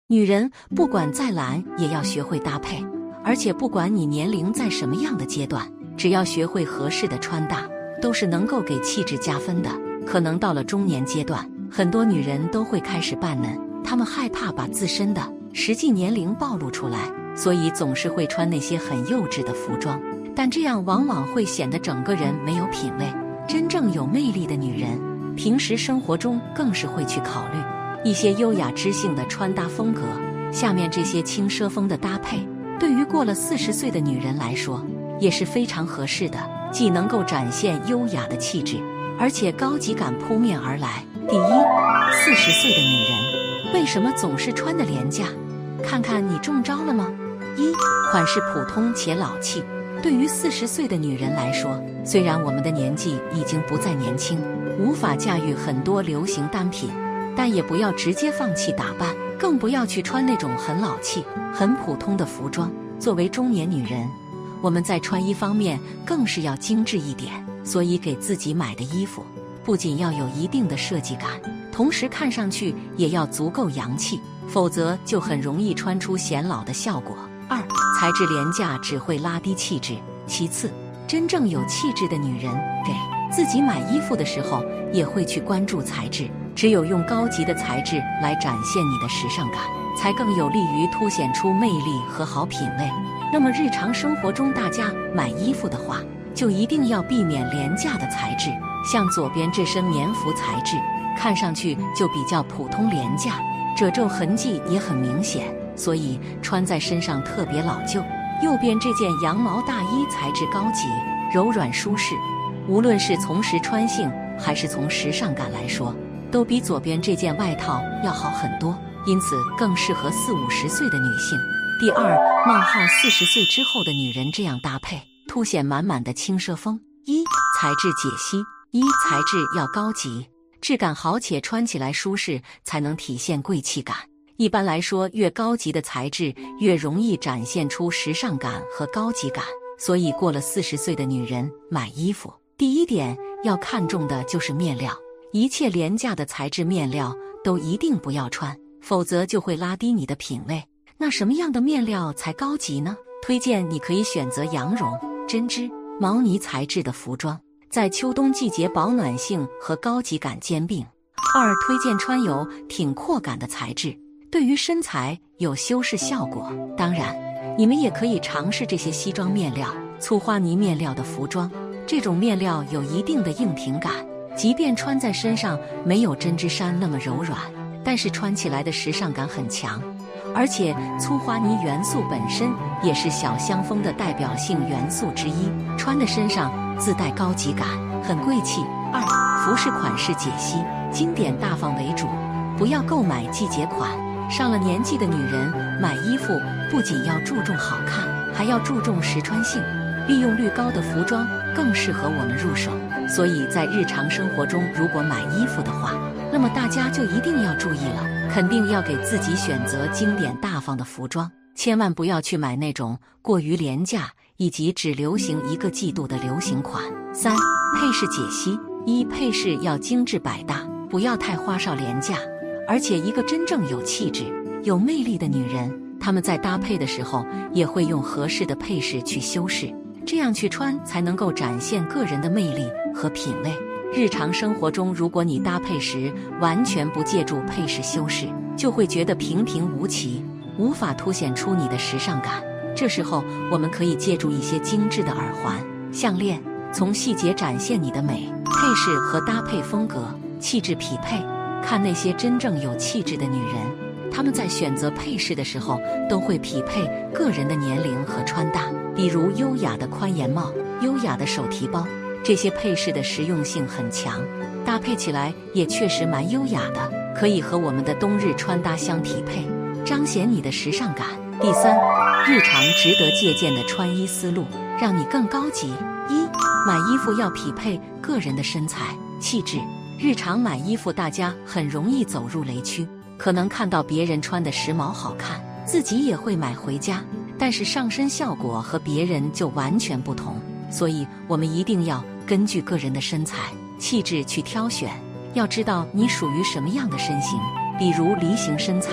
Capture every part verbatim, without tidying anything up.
女人不管再懒，也要学会搭配，而且不管你年龄在什么样的阶段，只要学会合适的穿搭，都是能够给气质加分的。可能到了中年阶段，很多女人都会开始扮嫩，她们害怕把自身的实际年龄暴露出来，所以总是会穿那些很幼稚的服装，但这样往往会显得整个人没有品味。真正有魅力的女人，平时生活中更是会去考虑一些优雅知性的穿搭风格。下面这些轻奢风的搭配，对于过了四十岁的女人来说也是非常合适的，既能够展现优雅的气质，而且高级感扑面而来。第一，四十岁的女人为什么总是穿得廉价？看看你中招了吗？一，款式普通且老气。对于四十岁的女人来说，虽然我们的年纪已经不再年轻，无法驾驭很多流行单品，但也不要直接放弃打扮，更不要去穿那种很老气、很普通的服装。作为中年女人，我们在穿衣方面更是要精致一点，所以给自己买的衣服不仅要有一定的设计感，同时看上去也要足够洋气，否则就很容易穿出显老的效果。二，材质廉价只会拉低气质。其次，真正有气质的女人给自己买衣服的时候也会去关注材质，只有用高级的材质来展现你的时尚感，才更有利于凸显出魅力和好品味。那么日常生活中大家买衣服的话，就一定要避免廉价的材质，像左边这身棉服材质，看上去就比较普通廉价，褶皱痕迹也很明显，所以穿在身上特别老旧。右边这件羊毛大衣材质高级、柔软舒适，无论是从实穿性还是从时尚感来说，都比左边这件外套要好很多，因此更适合四五十岁的女性。第二，冒号四十岁之后的女人这样搭配，凸显满满的轻奢风。一，材质解析。一，材质要高级，质感好且穿起来舒适，才能体现贵气感。一般来说，越高级的材质越容易展现出时尚感和高级感，所以过了四十岁的女人买衣服，第一点要看重的就是面料，一切廉价的材质面料都一定不要穿，否则就会拉低你的品味。那什么样的面料才高级呢？推荐你可以选择羊绒、针织、毛呢材质的服装，在秋冬季节保暖性和高级感兼并。二，推荐穿有挺阔感的材质，对于身材有修饰效果。当然，你们也可以尝试这些西装面料、粗花呢面料的服装，这种面料有一定的硬挺感，即便穿在身上没有针织衫那么柔软，但是穿起来的时尚感很强。而且粗花呢元素本身也是小香风的代表性元素之一，穿在身上自带高级感，很贵气。二，服饰款式解析，经典大方为主，不要购买季节款。上了年纪的女人买衣服不仅要注重好看，还要注重实穿性，利用率高的服装更适合我们入手。所以在日常生活中，如果买衣服的话，那么大家就一定要注意了，肯定要给自己选择经典大方的服装，千万不要去买那种过于廉价以及只流行一个季度的流行款。三，配饰解析。一，配饰要精致百搭，不要太花哨廉价，而且一个真正有气质、有魅力的女人，她们在搭配的时候也会用合适的配饰去修饰，这样去穿才能够展现个人的魅力和品味。日常生活中，如果你搭配时完全不借助配饰修饰，就会觉得平平无奇，无法凸显出你的时尚感。这时候我们可以借助一些精致的耳环、项链，从细节展现你的美。配饰和搭配风格、气质匹配，看那些真正有气质的女人，她们在选择配饰的时候都会匹配个人的年龄和穿搭，比如优雅的宽檐帽、优雅的手提包，这些配饰的实用性很强，搭配起来也确实蛮优雅的，可以和我们的冬日穿搭相匹配，彰显你的时尚感。第三，日常值得借鉴的穿衣思路，让你更高级。一，买衣服要匹配个人的身材、气质。日常买衣服，大家很容易走入雷区，可能看到别人穿的时髦好看，自己也会买回家，但是上身效果和别人就完全不同。所以我们一定要根据个人的身材、气质去挑选，要知道你属于什么样的身形，比如梨形身材、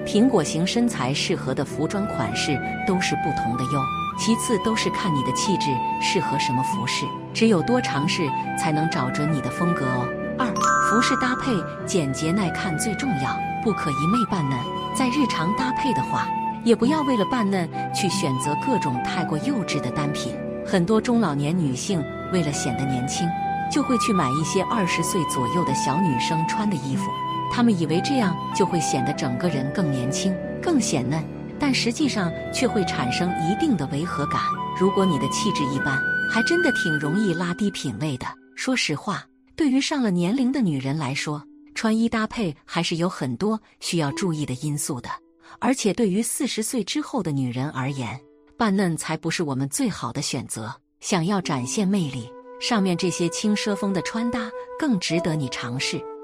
苹果型身材适合的服装款式都是不同的哟。其次都是看你的气质适合什么服饰，只有多尝试才能找准你的风格哦。二、服饰搭配简洁耐看最重要，不可一昧扮嫩。在日常搭配的话，也不要为了扮嫩去选择各种太过幼稚的单品。很多中老年女性为了显得年轻，就会去买一些二十岁左右的小女生穿的衣服，她们以为这样就会显得整个人更年轻、更显嫩，但实际上却会产生一定的违和感。如果你的气质一般，还真的挺容易拉低品味的。说实话，对于上了年龄的女人来说，穿衣搭配还是有很多需要注意的因素的。而且对于四十岁之后的女人而言，扮嫩才不是我们最好的选择。想要展现魅力，上面这些轻奢风的穿搭更值得你尝试。